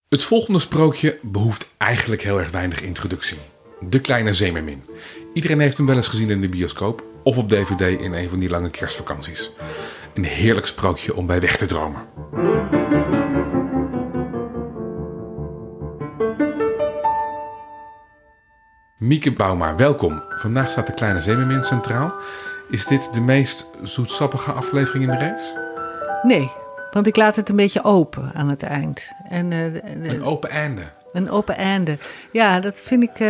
Het volgende sprookje behoeft eigenlijk heel erg weinig introductie. De Kleine Zeemermin. Iedereen heeft hem wel eens gezien in de bioscoop of op DVD in een van die lange kerstvakanties. Een heerlijk sprookje om bij weg te dromen. Mieke Bouma, welkom. Vandaag staat de Kleine Zeemermin centraal. Is dit de meest zoetsappige aflevering in de reeks? Nee, want ik laat het een beetje open aan het eind. Een open einde. Een open einde. Ja, dat vind ik...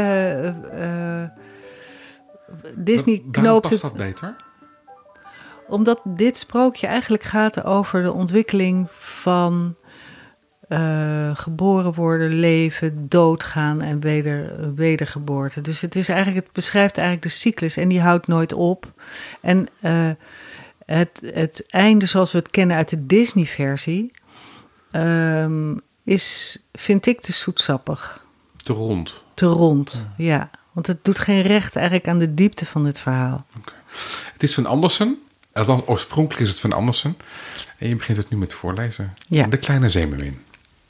Disney knoopt het... Waarom past dat beter? Omdat dit sprookje eigenlijk gaat over de ontwikkeling van geboren worden, leven, doodgaan en wedergeboorte. Dus het beschrijft eigenlijk de cyclus en die houdt nooit op. En het einde zoals we het kennen uit de Disney-versie vind ik te zoetsappig. Te rond. Te rond, ja. Want het doet geen recht eigenlijk aan de diepte van het verhaal. Okay. Het is van Andersen. Althans, oorspronkelijk is het van Andersen. En je begint het nu met voorlezen. Ja. De Kleine Zeemermin.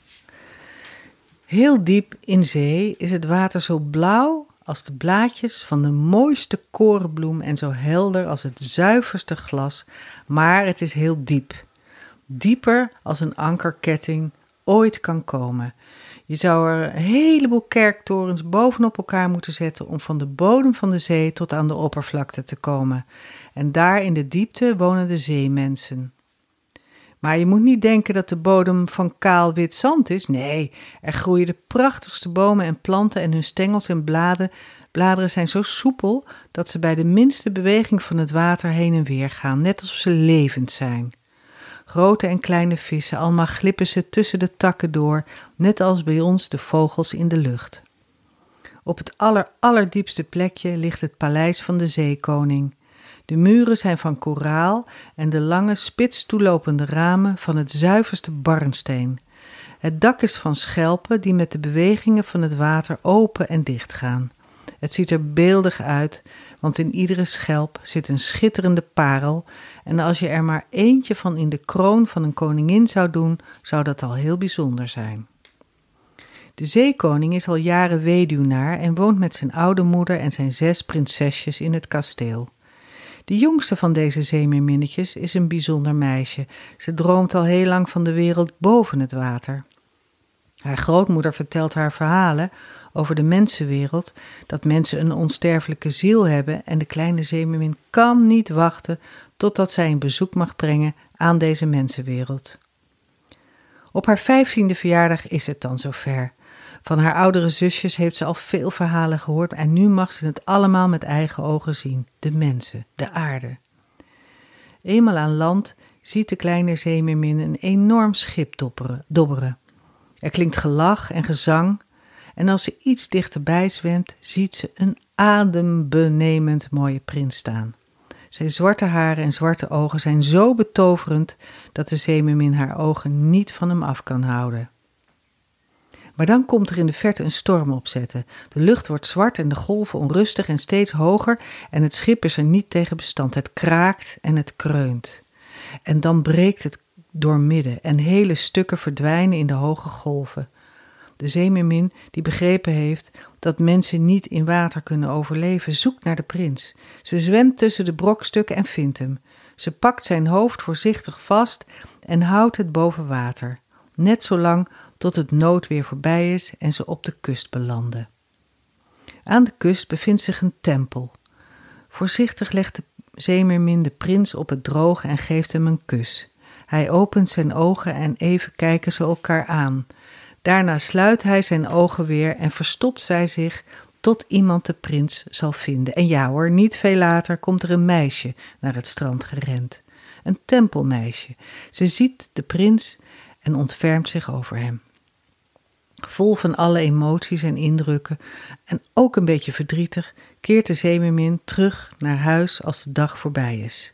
Heel diep in zee is het water zo blauw als de blaadjes van de mooiste korenbloem en zo helder als het zuiverste glas, maar het is heel diep. Dieper als een ankerketting ooit kan komen. Je zou er een heleboel kerktorens bovenop elkaar moeten zetten om van de bodem van de zee tot aan de oppervlakte te komen. En daar in de diepte wonen de zeemensen. Maar je moet niet denken dat de bodem van kaal wit zand is. Nee, er groeien de prachtigste bomen en planten en hun stengels en bladeren zijn zo soepel dat ze bij de minste beweging van het water heen en weer gaan, net alsof ze levend zijn. Grote en kleine vissen, allemaal glippen ze tussen de takken door, net als bij ons de vogels in de lucht. Op het allerdiepste plekje ligt het paleis van de zeekoning. De muren zijn van koraal en de lange, spits toelopende ramen van het zuiverste barnsteen. Het dak is van schelpen die met de bewegingen van het water open en dicht gaan. Het ziet er beeldig uit, want in iedere schelp zit een schitterende parel en als je er maar eentje van in de kroon van een koningin zou doen, zou dat al heel bijzonder zijn. De zeekoning is al jaren weduwnaar en woont met zijn oude moeder en zijn 6 prinsesjes in het kasteel. De jongste van deze zeemeerminnetjes is een bijzonder meisje. Ze droomt al heel lang van de wereld boven het water. Haar grootmoeder vertelt haar verhalen over de mensenwereld, dat mensen een onsterfelijke ziel hebben en de kleine zeemeermin kan niet wachten totdat zij een bezoek mag brengen aan deze mensenwereld. Op haar 15e verjaardag is het dan zover. Van haar oudere zusjes heeft ze al veel verhalen gehoord en nu mag ze het allemaal met eigen ogen zien. De mensen, de aarde. Eenmaal aan land ziet de kleine zeemeermin een enorm schip dobberen. Er klinkt gelach en gezang en als ze iets dichterbij zwemt, ziet ze een adembenemend mooie prins staan. Zijn zwarte haren en zwarte ogen zijn zo betoverend dat de zeemeermin haar ogen niet van hem af kan houden. Maar dan komt er in de verte een storm opzetten. De lucht wordt zwart en de golven onrustig en steeds hoger en het schip is er niet tegen bestand. Het kraakt en het kreunt. En dan breekt het doormidden en hele stukken verdwijnen in de hoge golven. De zeemeermin, die begrepen heeft dat mensen niet in water kunnen overleven, zoekt naar de prins. Ze zwemt tussen de brokstukken en vindt hem. Ze pakt zijn hoofd voorzichtig vast en houdt het boven water. Net zolang tot het noodweer voorbij is en ze op de kust belanden. Aan de kust bevindt zich een tempel. Voorzichtig legt de zeemeermin de prins op het droge en geeft hem een kus. Hij opent zijn ogen en even kijken ze elkaar aan. Daarna sluit hij zijn ogen weer en verstopt zij zich tot iemand de prins zal vinden. En ja hoor, niet veel later komt er een meisje naar het strand gerend. Een tempelmeisje. Ze ziet de prins en ontfermt zich over hem. Vol van alle emoties en indrukken en ook een beetje verdrietig keert de zeemeermin terug naar huis als de dag voorbij is.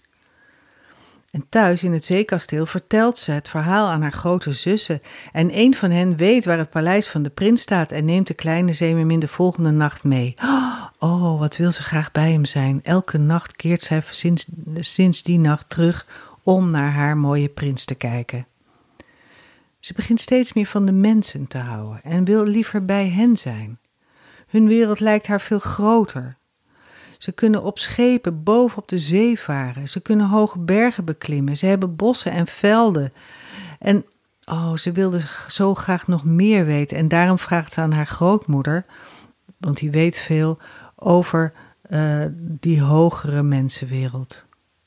En thuis in het zeekasteel vertelt ze het verhaal aan haar grote zussen en een van hen weet waar het paleis van de prins staat en neemt de kleine zeemeermin de volgende nacht mee. Oh, wat wil ze graag bij hem zijn. Elke nacht keert zij sinds die nacht terug om naar haar mooie prins te kijken. Ze begint steeds meer van de mensen te houden en wil liever bij hen zijn. Hun wereld lijkt haar veel groter. Ze kunnen op schepen boven op de zee varen. Ze kunnen hoge bergen beklimmen. Ze hebben bossen en velden. En ze wilde zo graag nog meer weten. En daarom vraagt ze aan haar grootmoeder, want die weet veel over die hogere mensenwereld.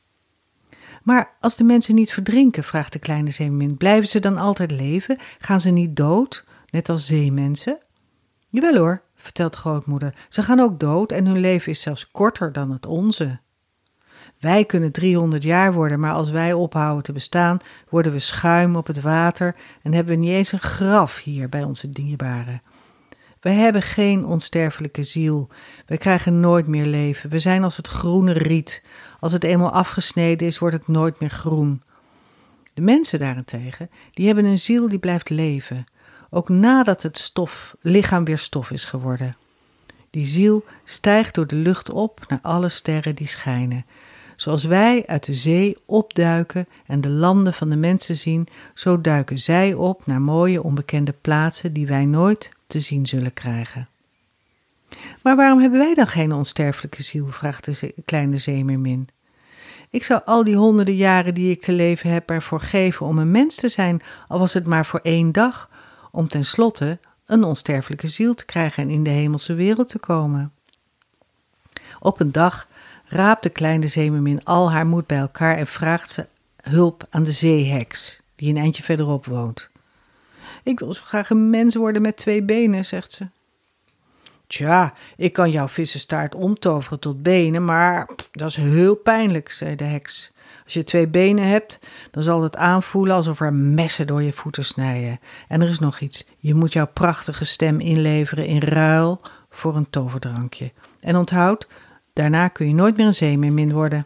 Maar als de mensen niet verdrinken, vraagt de kleine zeemermin, blijven ze dan altijd leven? Gaan ze niet dood, net als zeemensen? Jawel hoor, vertelt grootmoeder. Ze gaan ook dood en hun leven is zelfs korter dan het onze. Wij kunnen 300 jaar worden, maar als wij ophouden te bestaan, worden we schuim op het water en hebben we niet eens een graf hier bij onze dierbaren. Wij hebben geen onsterfelijke ziel. Wij krijgen nooit meer leven. We zijn als het groene riet. Als het eenmaal afgesneden is, wordt het nooit meer groen. De mensen daarentegen, die hebben een ziel die blijft leven. Ook nadat het lichaam weer stof is geworden. Die ziel stijgt door de lucht op naar alle sterren die schijnen. Zoals wij uit de zee opduiken en de landen van de mensen zien, zo duiken zij op naar mooie onbekende plaatsen die wij nooit te zien zullen krijgen. Maar waarom hebben wij dan geen onsterfelijke ziel, vraagt de kleine zeemermin. Ik zou al die honderden jaren die ik te leven heb ervoor geven om een mens te zijn, al was het maar voor 1 dag, om tenslotte een onsterfelijke ziel te krijgen en in de hemelse wereld te komen. Op een dag raapt de kleine zeemermin al haar moed bij elkaar en vraagt ze hulp aan de zeeheks, die een eindje verderop woont. Ik wil zo graag een mens worden met 2 benen, zegt ze. Tja, ik kan jouw vissenstaart omtoveren tot benen, maar dat is heel pijnlijk, zei de heks. Als je 2 benen hebt, dan zal het aanvoelen alsof er messen door je voeten snijden. En er is nog iets, je moet jouw prachtige stem inleveren in ruil voor een toverdrankje. En onthoud, daarna kun je nooit meer een zeemermin worden.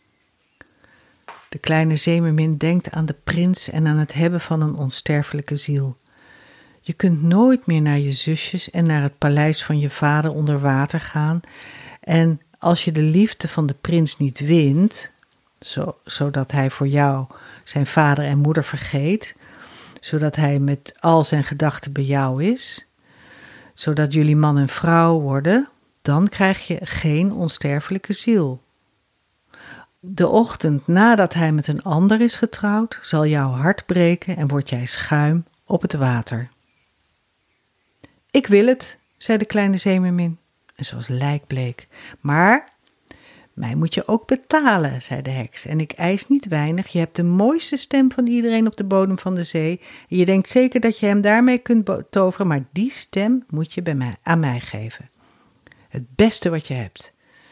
De kleine zeemermin denkt aan de prins en aan het hebben van een onsterfelijke ziel. Je kunt nooit meer naar je zusjes en naar het paleis van je vader onder water gaan. En als je de liefde van de prins niet wint, zodat hij voor jou zijn vader en moeder vergeet, zodat hij met al zijn gedachten bij jou is, zodat jullie man en vrouw worden, dan krijg je geen onsterfelijke ziel. De ochtend nadat hij met een ander is getrouwd, zal jouw hart breken en word jij schuim op het water. Ik wil het, zei de kleine zeemermin, en ze was lijkbleek. Maar mij moet je ook betalen, zei de heks, en ik eis niet weinig. Je hebt de mooiste stem van iedereen op de bodem van de zee. En je denkt zeker dat je hem daarmee kunt toveren, maar die stem moet je aan mij geven. Het beste wat je hebt.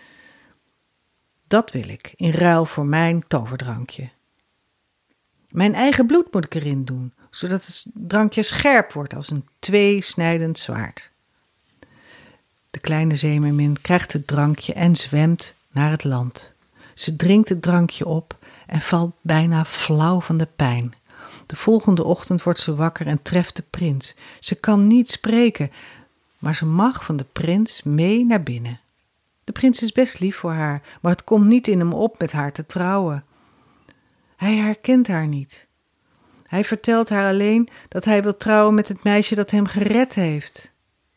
Dat wil ik, in ruil voor mijn toverdrankje. Mijn eigen bloed moet ik erin doen, zodat het drankje scherp wordt als een 2-snijdend zwaard. De kleine zeemermin krijgt het drankje en zwemt naar het land. Ze drinkt het drankje op en valt bijna flauw van de pijn. De volgende ochtend wordt ze wakker en treft de prins. Ze kan niet spreken, maar ze mag van de prins mee naar binnen. De prins is best lief voor haar, maar het komt niet in hem op met haar te trouwen. Hij herkent haar niet. Hij vertelt haar alleen dat hij wil trouwen met het meisje dat hem gered heeft.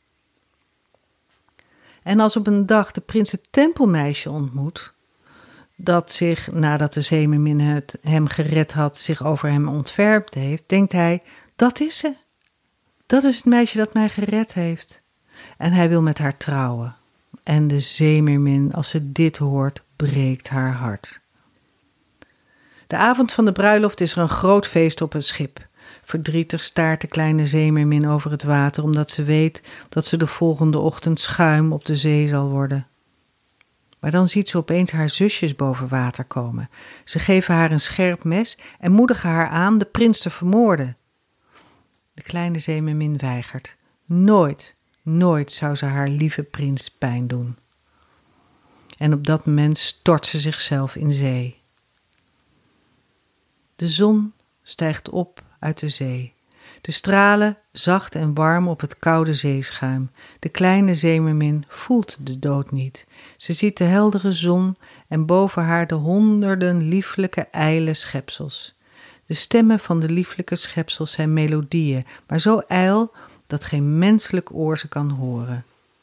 En als op een dag de prins het tempelmeisje ontmoet, dat zich, nadat de zeemermin hem gered had, zich over hem ontfermd heeft, denkt hij, dat is ze. Dat is het meisje dat mij gered heeft. En hij wil met haar trouwen. En de zeemermin, als ze dit hoort, breekt haar hart. De avond van de bruiloft is er een groot feest op een schip. Verdrietig staart de kleine zeemermin over het water, omdat ze weet dat ze de volgende ochtend schuim op de zee zal worden. Maar dan ziet ze opeens haar zusjes boven water komen. Ze geven haar een scherp mes en moedigen haar aan de prins te vermoorden. De kleine zeemermin weigert. Nooit zou ze haar lieve prins pijn doen. En op dat moment stort ze zichzelf in zee. De zon stijgt op uit de zee. De stralen zacht en warm op het koude zeeschuim. De kleine zeemermin voelt de dood niet. Ze ziet de heldere zon en boven haar de honderden lieflijke ijle schepsels. De stemmen van de lieflijke schepsels zijn melodieën, maar zo ijl dat geen menselijk oor ze kan horen.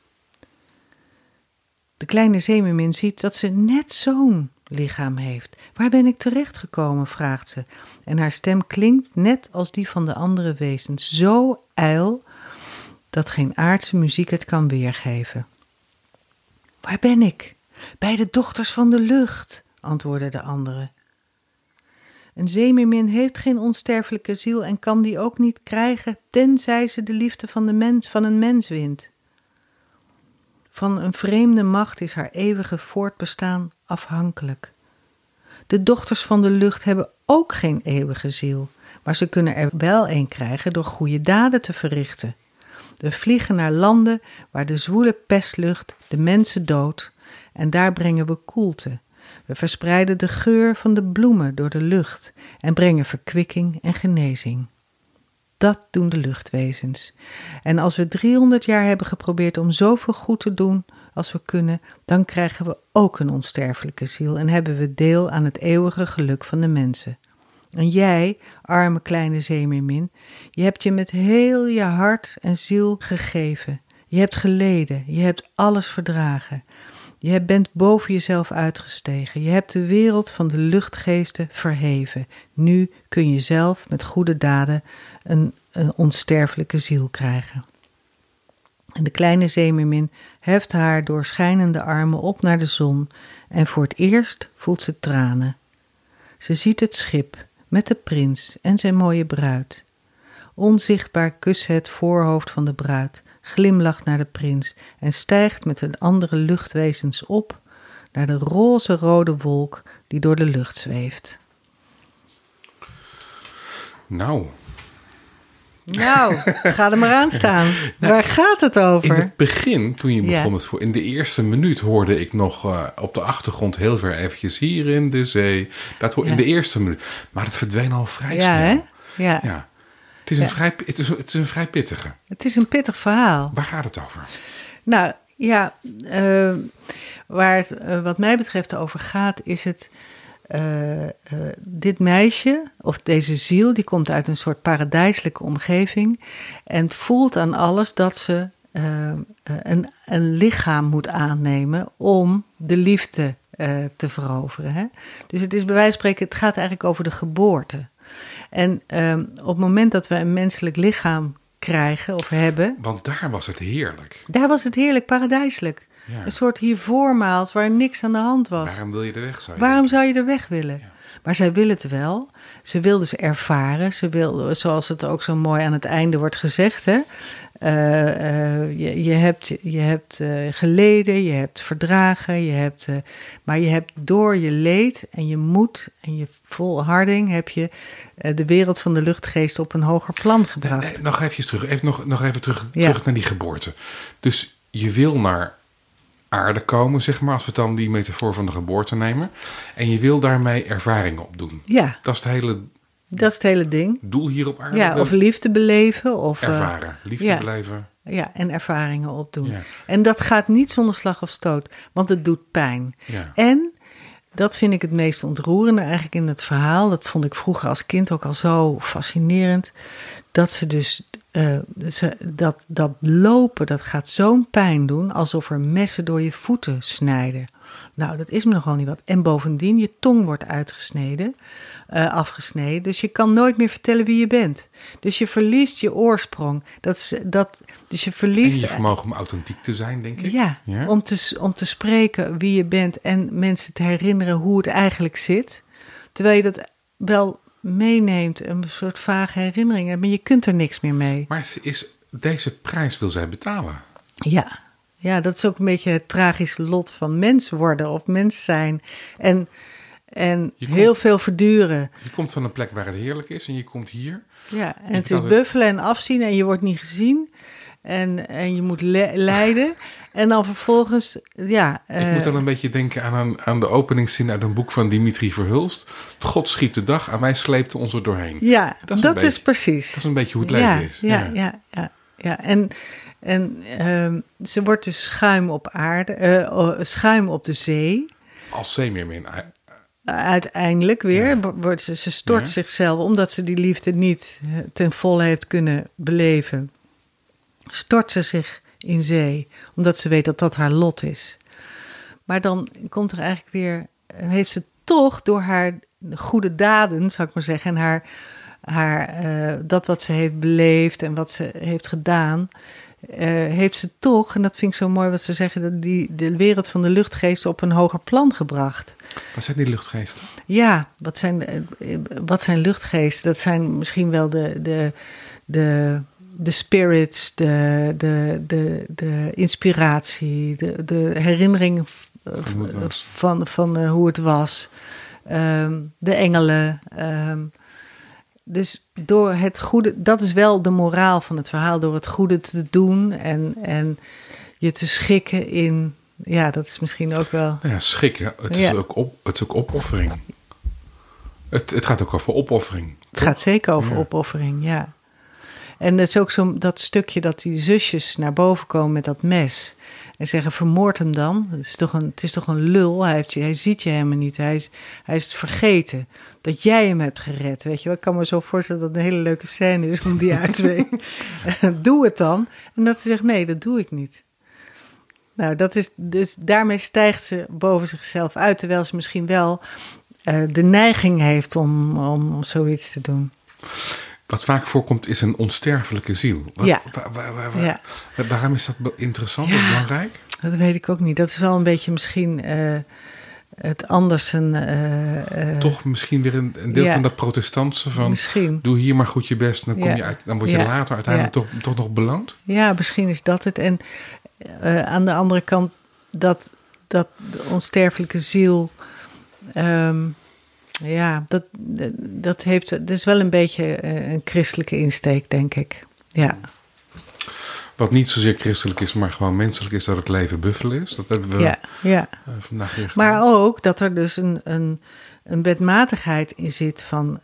De kleine zeemermin ziet dat ze net zo'n lichaam heeft. Waar ben ik terechtgekomen, vraagt ze. En haar stem klinkt net als die van de andere wezens, zo ijl dat geen aardse muziek het kan weergeven. Waar ben ik? Bij de dochters van de lucht, antwoordden de anderen. Een zeemermin heeft geen onsterfelijke ziel en kan die ook niet krijgen, tenzij ze de liefde van een mens wint. Van een vreemde macht is haar eeuwige voortbestaan afhankelijk. De dochters van de lucht hebben ook geen eeuwige ziel, maar ze kunnen er wel een krijgen door goede daden te verrichten. We vliegen naar landen waar de zwoele pestlucht de mensen doodt en daar brengen we koelte. We verspreiden de geur van de bloemen door de lucht en brengen verkwikking en genezing. Dat doen de luchtwezens. En als we 300 jaar hebben geprobeerd om zoveel goed te doen als we kunnen, dan krijgen we ook een onsterfelijke ziel en hebben we deel aan het eeuwige geluk van de mensen. En jij, arme kleine zeemermin, je hebt je met heel je hart en ziel gegeven. Je hebt geleden, je hebt alles verdragen. Je bent boven jezelf uitgestegen. Je hebt de wereld van de luchtgeesten verheven. Nu kun je zelf met goede daden een onsterfelijke ziel krijgen. En de kleine zeemermin heft haar doorschijnende armen op naar de zon en voor het eerst voelt ze tranen. Ze ziet het schip met de prins en zijn mooie bruid. Onzichtbaar kust ze het voorhoofd van de bruid, glimlacht naar de prins en stijgt met de andere luchtwezens op naar de roze-rode wolk die door de lucht zweeft. Nou, ga er maar aan staan. Waar gaat het over? In het begin, toen je begon met in de eerste minuut hoorde ik nog op de achtergrond heel ver eventjes hier in de zee. Dat hoor in de eerste minuut. Maar het verdween al vrij snel. Hè? Ja. Het is een vrij pittige. Het is een pittig verhaal. Waar gaat het over? Nou, waar het wat mij betreft over gaat, is het dit meisje, of deze ziel, die komt uit een soort paradijselijke omgeving en voelt aan alles dat ze een lichaam moet aannemen om de liefde te veroveren. Hè? Dus het is bij wijze van spreken, het gaat eigenlijk over de geboorte. En op het moment dat we een menselijk lichaam krijgen of hebben... Want daar was het heerlijk. Daar was het heerlijk, paradijselijk. Ja. Een soort hiervoormaals waar niks aan de hand was. Waarom wil je er weg? Waarom zou je er weg willen? Ja. Maar zij wil het wel. Ze wil dus ervaren. Ze wil, zoals het ook zo mooi aan het einde wordt gezegd, hè? Je hebt geleden, je hebt verdragen, maar je hebt door je leed en je moed en je volharding heb je de wereld van de luchtgeest op een hoger plan gebracht. Nee, nog even terug. Nog even terug naar die geboorte. Dus je wil naar aarde komen, zeg maar, als we dan die metafoor van de geboorte nemen. En je wil daarmee ervaringen opdoen. Ja. Dat is het hele ding. Doel hier op aarde. Ja, of liefde beleven. Of ervaren. Liefde beleven. Ja, en ervaringen opdoen. Ja. En dat gaat niet zonder slag of stoot, want het doet pijn. Ja. En dat vind ik het meest ontroerende eigenlijk in het verhaal. Dat vond ik vroeger als kind ook al zo fascinerend. Dat ze dus dat lopen, dat gaat zo'n pijn doen, alsof er messen door je voeten snijden. Nou, dat is me nogal niet wat. En bovendien, je tong wordt afgesneden. Dus je kan nooit meer vertellen wie je bent. Dus je verliest je oorsprong. Dus je verliest... En je vermogen om authentiek te zijn, denk ik. Ja? Om te spreken wie je bent en mensen te herinneren hoe het eigenlijk zit. Terwijl je dat wel meeneemt, een soort vage herinneringen, maar je kunt er niks meer mee. Maar deze prijs wil zij betalen? Ja, dat is ook een beetje het tragische lot van mens worden of mens zijn. En heel veel verduren. Je komt van een plek waar het heerlijk is en je komt hier. Ja, en het is buffelen en afzien en je wordt niet gezien. En je moet lijden. En dan vervolgens, ik moet dan een beetje denken aan de openingszin uit een boek van Dimitri Verhulst. God schiep de dag, aan wij sleepten ons er doorheen. Ja, dat is precies. Dat is een beetje hoe het leven is. Ja. En ze wordt dus schuim op aarde, schuim op de zee. Als zeemeermin uiteindelijk weer. Ze stort zichzelf, omdat ze die liefde niet ten volle heeft kunnen beleven. Stort ze zich in zee, omdat ze weet dat dat haar lot is. Maar dan komt er eigenlijk weer, heeft ze toch door haar goede daden, zou ik maar zeggen, en dat wat ze heeft beleefd en wat ze heeft gedaan, heeft ze toch, en dat vind ik zo mooi wat ze zeggen, de wereld van de luchtgeesten op een hoger plan gebracht. Wat zijn die luchtgeesten? Ja, wat zijn luchtgeesten? Dat zijn misschien wel de spirits, de inspiratie, de herinnering van hoe het was. De engelen. Dus door het goede, dat is wel de moraal van het verhaal, door het goede te doen en je te schikken in, ja, dat is misschien ook wel. Ja, schikken, het is ook opoffering. Het gaat ook over opoffering. Het gaat zeker over opoffering, ja. En het is ook zo dat stukje dat die zusjes naar boven komen met dat mes en zeggen, vermoord hem dan. Het is toch een lul, hij ziet je helemaal niet. Hij is het vergeten dat jij hem hebt gered. Weet je wel, ik kan me zo voorstellen dat het een hele leuke scène is om die uit te weten. Doe het dan. En dat ze zegt, nee, dat doe ik niet. Nou, dat is, dus daarmee stijgt ze boven zichzelf uit, terwijl ze misschien wel de neiging heeft om zoiets te doen. Wat vaak voorkomt is een onsterfelijke ziel. Waarom is dat interessant of belangrijk? Dat weet ik ook niet. Dat is wel een beetje misschien het anders. Toch misschien weer een deel van dat protestantse van misschien. Doe hier maar goed je best. Dan kom je uit, dan word je later uiteindelijk toch nog beloond. Ja, misschien is dat het. En aan de andere kant dat de onsterfelijke ziel. Dat is wel een beetje een christelijke insteek, denk ik. Ja. Wat niet zozeer christelijk is, maar gewoon menselijk is, dat het leven buffelen is. Dat hebben we vandaag weer gedaan. Maar ook dat er dus een wetmatigheid in zit van,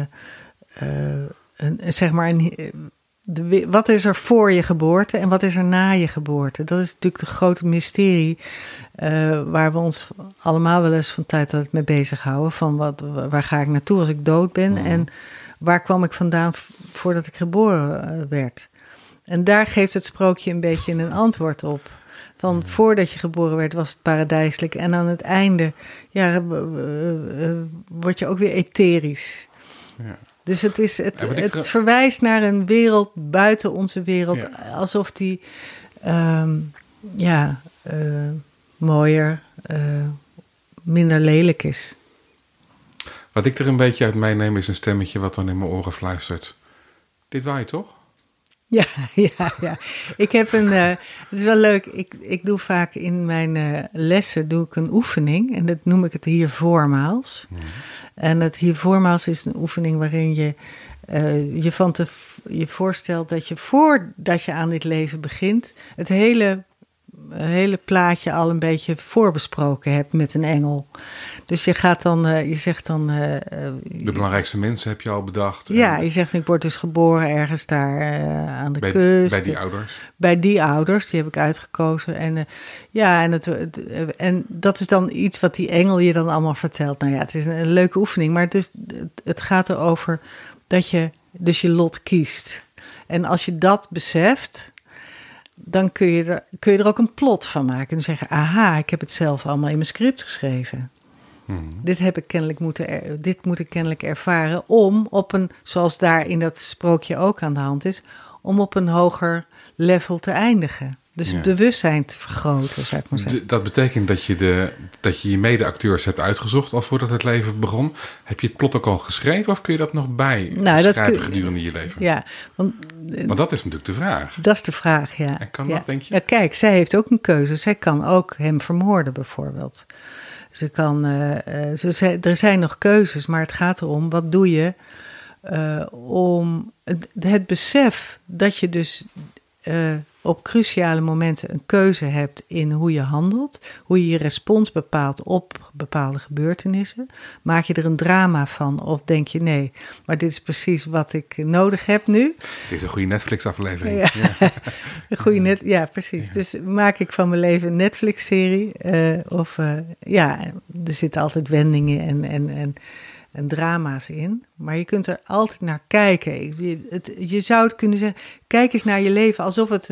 wat is er voor je geboorte en wat is er na je geboorte? Dat is natuurlijk de grote mysterie waar we ons allemaal wel eens van tijd tot tijd mee bezighouden. Van waar ga ik naartoe als ik dood ben en waar kwam ik vandaan voordat ik geboren werd? En daar geeft het sprookje een beetje een antwoord op. Van voordat je geboren werd was het paradijselijk en aan het einde word je ook weer etherisch. Ja. Dus het verwijst naar een wereld buiten onze wereld, alsof die mooier, minder lelijk is. Wat ik er een beetje uit meeneem is een stemmetje wat dan in mijn oren fluistert. Dit wou je toch? Ja. Ik heb het is wel leuk, ik doe vaak in mijn lessen doe ik een oefening en dat noem ik het hiervoormaals. En het hiervoormaals is een oefening waarin je je voorstelt dat je voordat je aan dit leven begint, het hele plaatje al een beetje voorbesproken hebt met een engel. Dus je gaat dan, je zegt dan... de belangrijkste mensen heb je al bedacht. Ja, je zegt, ik word dus geboren ergens daar aan de kust. Bij die ouders? Bij die ouders, die heb ik uitgekozen. En dat is dan iets wat die engel je dan allemaal vertelt. Nou ja, het is een leuke oefening, maar het gaat erover dat je dus je lot kiest. En als je dat beseft, dan kun je er ook een plot van maken. En zeggen, aha, ik heb het zelf allemaal in mijn script geschreven. Dit moet ik kennelijk ervaren om op een, zoals daar in dat sprookje ook aan de hand is, om op een hoger level te eindigen. Dus het bewustzijn te vergroten, zou ik maar zeggen. Dat betekent dat je mede-acteurs hebt uitgezocht al voordat het leven begon. Heb je het plot ook al geschreven of kun je dat nog schrijven gedurende je leven? Ja. Want dat is natuurlijk de vraag. Dat is de vraag, ja. En kan dat, denk je? Ja, kijk, zij heeft ook een keuze. Zij kan ook hem vermoorden, bijvoorbeeld. Er zijn nog keuzes, maar het gaat erom, wat doe je om het besef dat je dus op cruciale momenten een keuze hebt in hoe je handelt, hoe je je respons bepaalt op bepaalde gebeurtenissen. Maak je er een drama van of denk je nee, maar dit is precies wat ik nodig heb nu. Dit is een goede Netflix-aflevering. Ja. Een goede ja, precies. Ja. Dus maak ik van mijn leven een Netflix-serie. Er zitten altijd wendingen en drama's in. Maar je kunt er altijd naar kijken. Je zou het kunnen zeggen, kijk eens naar je leven alsof het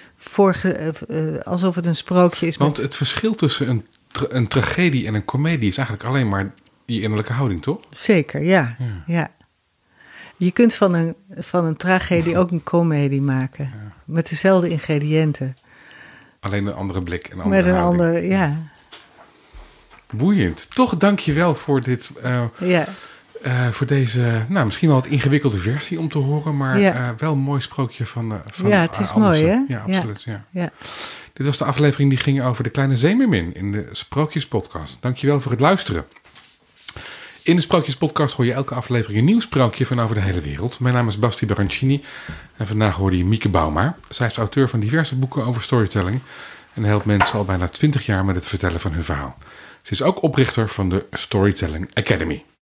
een sprookje is. Want het verschil tussen een tragedie en een komedie is eigenlijk alleen maar je innerlijke houding, toch? Zeker, ja. Je kunt van een tragedie ook een komedie maken. Ja. Met dezelfde ingrediënten. Alleen een andere blik en een andere houding. Met een andere, ja. Boeiend. Toch dank je wel voor dit... voor deze, misschien wel wat ingewikkelde versie om te horen, maar wel een mooi sprookje van het is mooi, hè? Ja, absoluut. Ja. Dit was de aflevering die ging over de kleine zeemeermin in de Sprookjespodcast. Dankjewel voor het luisteren. In de Sprookjespodcast hoor je elke aflevering een nieuw sprookje van over de hele wereld. Mijn naam is Basti Barancini en vandaag hoorde je Mieke Bouma. Zij is auteur van diverse boeken over storytelling en helpt mensen al bijna 20 jaar met het vertellen van hun verhaal. Ze is ook oprichter van de Storytelling Academy.